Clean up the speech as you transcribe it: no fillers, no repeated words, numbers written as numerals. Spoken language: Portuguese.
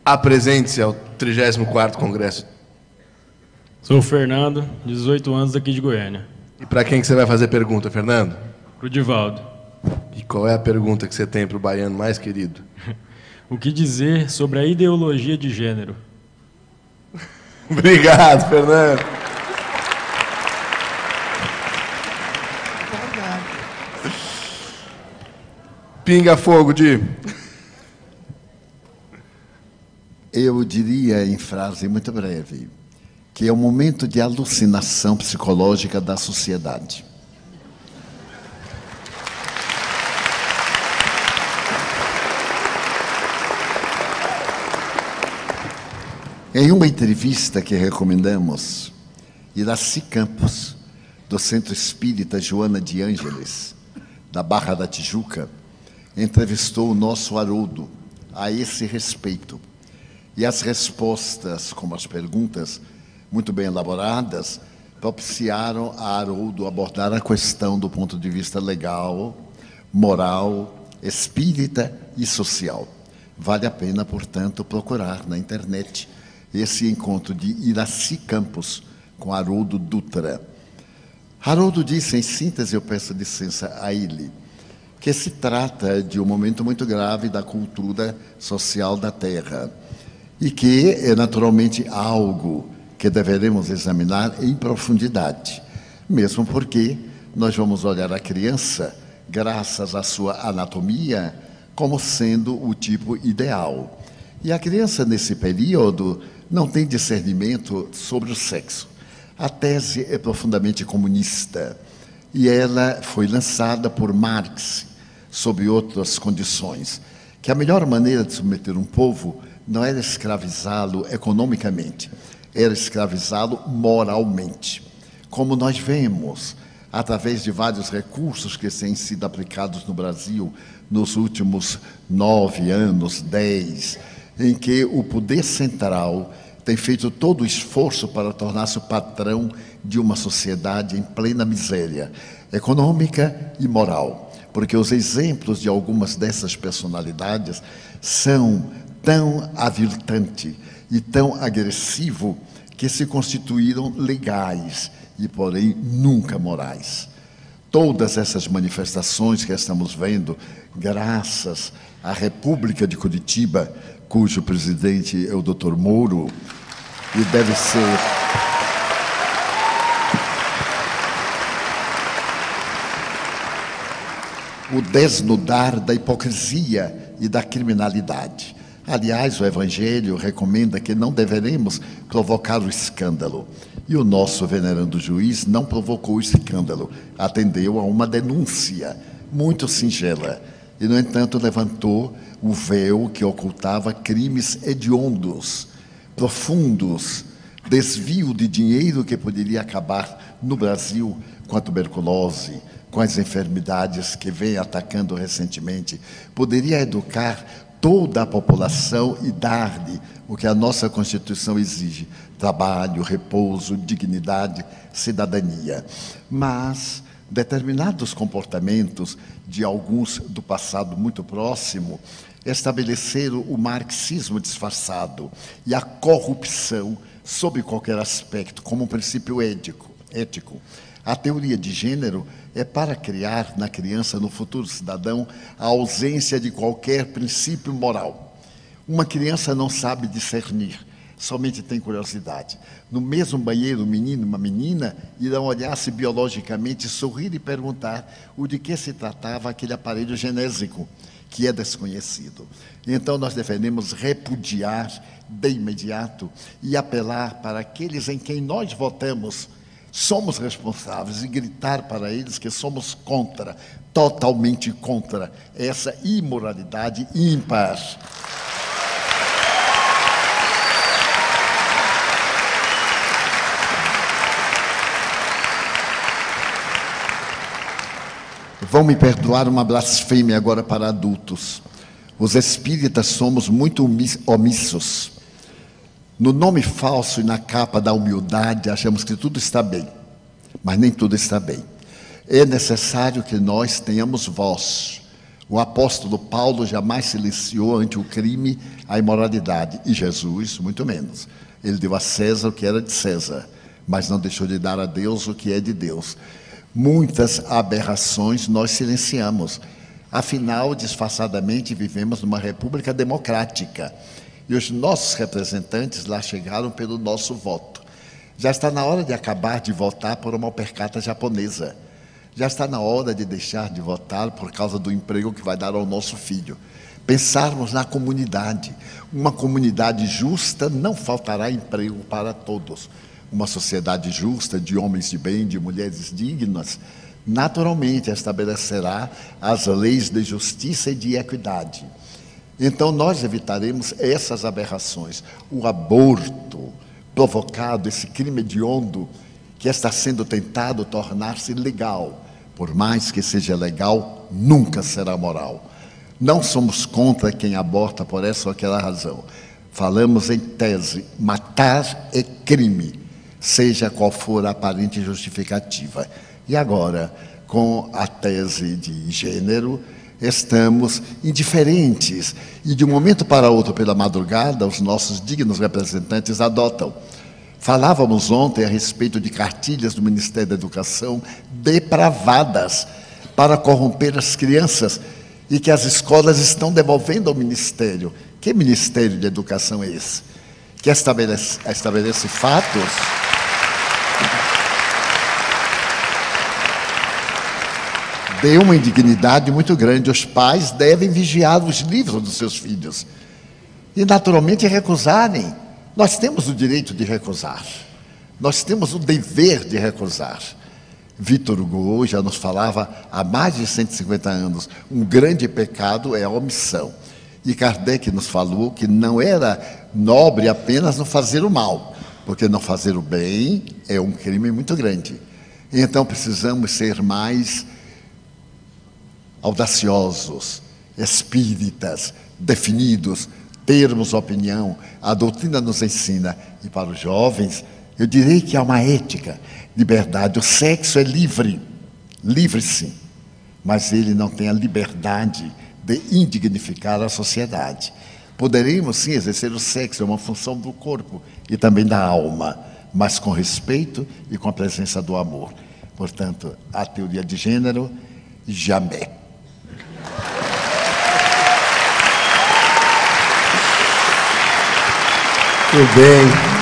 Apresente-se ao 34º Congresso. Sou o Fernando, 18 anos, daqui de Goiânia. E para quem que você vai fazer pergunta, Fernando? Pro Divaldo. E qual é a pergunta que você tem para o baiano mais querido? O que dizer sobre a ideologia de gênero? Obrigado, Fernando. Pinga fogo, Di. Eu diria, em frase muito breve, que é um momento de alucinação psicológica da sociedade. Em uma entrevista que recomendamos, Iraci Campos, do Centro Espírita Joana de Ângeles, da Barra da Tijuca, entrevistou o nosso Haroldo a esse respeito. E as respostas, como as perguntas, muito bem elaboradas, propiciaram a Haroldo abordar a questão do ponto de vista legal, moral, espírita e social. Vale a pena, portanto, procurar na internet esse encontro de Iraci Campos com Haroldo Dutra. Haroldo disse, em síntese, eu peço licença a ele, que se trata de um momento muito grave da cultura social da Terra e que é naturalmente algo que deveremos examinar em profundidade, mesmo porque nós vamos olhar a criança, graças à sua anatomia, como sendo o tipo ideal. E a criança, nesse período, não tem discernimento sobre o sexo. A tese é profundamente comunista e ela foi lançada por Marx sob outras condições, que a melhor maneira de submeter um povo não era escravizá-lo economicamente, era escravizá-lo moralmente. Como nós vemos, através de vários recursos que têm sido aplicados no Brasil nos últimos 9 anos, 10, em que o poder central tem feito todo o esforço para tornar-se o patrão de uma sociedade em plena miséria econômica e moral, porque os exemplos de algumas dessas personalidades são tão aviltantes e tão agressivos que se constituíram legais e, porém, nunca morais. Todas essas manifestações que estamos vendo, graças à República de Curitiba, cujo presidente é o Dr. Moro, e deve ser o desnudar da hipocrisia e da criminalidade. Aliás, o Evangelho recomenda que não deveremos provocar o escândalo. E o nosso venerando juiz não provocou o escândalo, atendeu a uma denúncia muito singela. E, no entanto, levantou o véu que ocultava crimes hediondos, profundos, desvio de dinheiro que poderia acabar no Brasil com a tuberculose, com as enfermidades que vem atacando recentemente, poderia educar toda a população e dar-lhe o que a nossa Constituição exige: trabalho, repouso, dignidade, cidadania. Mas determinados comportamentos de alguns do passado muito próximo estabeleceram o marxismo disfarçado e a corrupção sob qualquer aspecto como um princípio ético. A teoria de gênero é para criar na criança, no futuro cidadão, a ausência de qualquer princípio moral. Uma criança não sabe discernir, somente tem curiosidade. No mesmo banheiro, um menino e uma menina irão olhar-se biologicamente, sorrir e perguntar o de que se tratava aquele aparelho genésico, que é desconhecido. Então, nós devemos repudiar de imediato e apelar para aqueles em quem nós votamos, somos responsáveis, e gritar para eles que somos contra, totalmente contra, essa imoralidade ímpar. Vão me perdoar uma blasfêmia agora para adultos. Os espíritas somos muito omissos. No nome falso e na capa da humildade, achamos que tudo está bem, mas nem tudo está bem. É necessário que nós tenhamos voz, O apóstolo Paulo jamais silenciou ante o crime a imoralidade, e Jesus, muito menos. Ele deu a César o que era de César, mas não deixou de dar a Deus o que é de Deus. Muitas aberrações nós silenciamos. Afinal, disfarçadamente, vivemos numa república democrática. E os nossos representantes lá chegaram pelo nosso voto. Já está na hora de acabar de votar por uma alpercata japonesa. Já está na hora de deixar de votar por causa do emprego que vai dar ao nosso filho. Pensarmos na comunidade. Uma comunidade justa não faltará emprego para todos. Uma sociedade justa, de homens de bem, de mulheres dignas, naturalmente estabelecerá as leis de justiça e de equidade. Então nós evitaremos essas aberrações. O aborto provocado, esse crime hediondo que está sendo tentado tornar-se legal, por mais que seja legal, nunca será moral. Não somos contra quem aborta por essa ou aquela razão. Falamos em tese, matar é crime, seja qual for a aparente justificativa. E agora, com a tese de gênero, estamos indiferentes. E de um momento para outro, pela madrugada, os nossos dignos representantes adotam. Falávamos ontem a respeito de cartilhas do Ministério da Educação depravadas para corromper as crianças e que as escolas estão devolvendo ao Ministério. Que Ministério de Educação é esse? Que estabelece fatos? Deu uma indignidade muito grande. Os pais devem vigiar os livros dos seus filhos e, naturalmente, recusarem. Nós temos o direito de recusar. Nós temos o dever de recusar. Victor Hugo já nos falava há mais de 150 anos, um grande pecado é a omissão. E Kardec nos falou que não era nobre apenas não fazer o mal, porque não fazer o bem é um crime muito grande. Então precisamos ser mais audaciosos, espíritas, definidos, termos opinião. A doutrina nos ensina. E para os jovens, eu direi que há uma ética, liberdade. O sexo é livre, livre sim, mas ele não tem a liberdade de indignificar a sociedade. Poderíamos sim exercer o sexo, é uma função do corpo e também da alma, mas com respeito e com a presença do amor. Portanto, a teoria de gênero, jamais. Muito bem.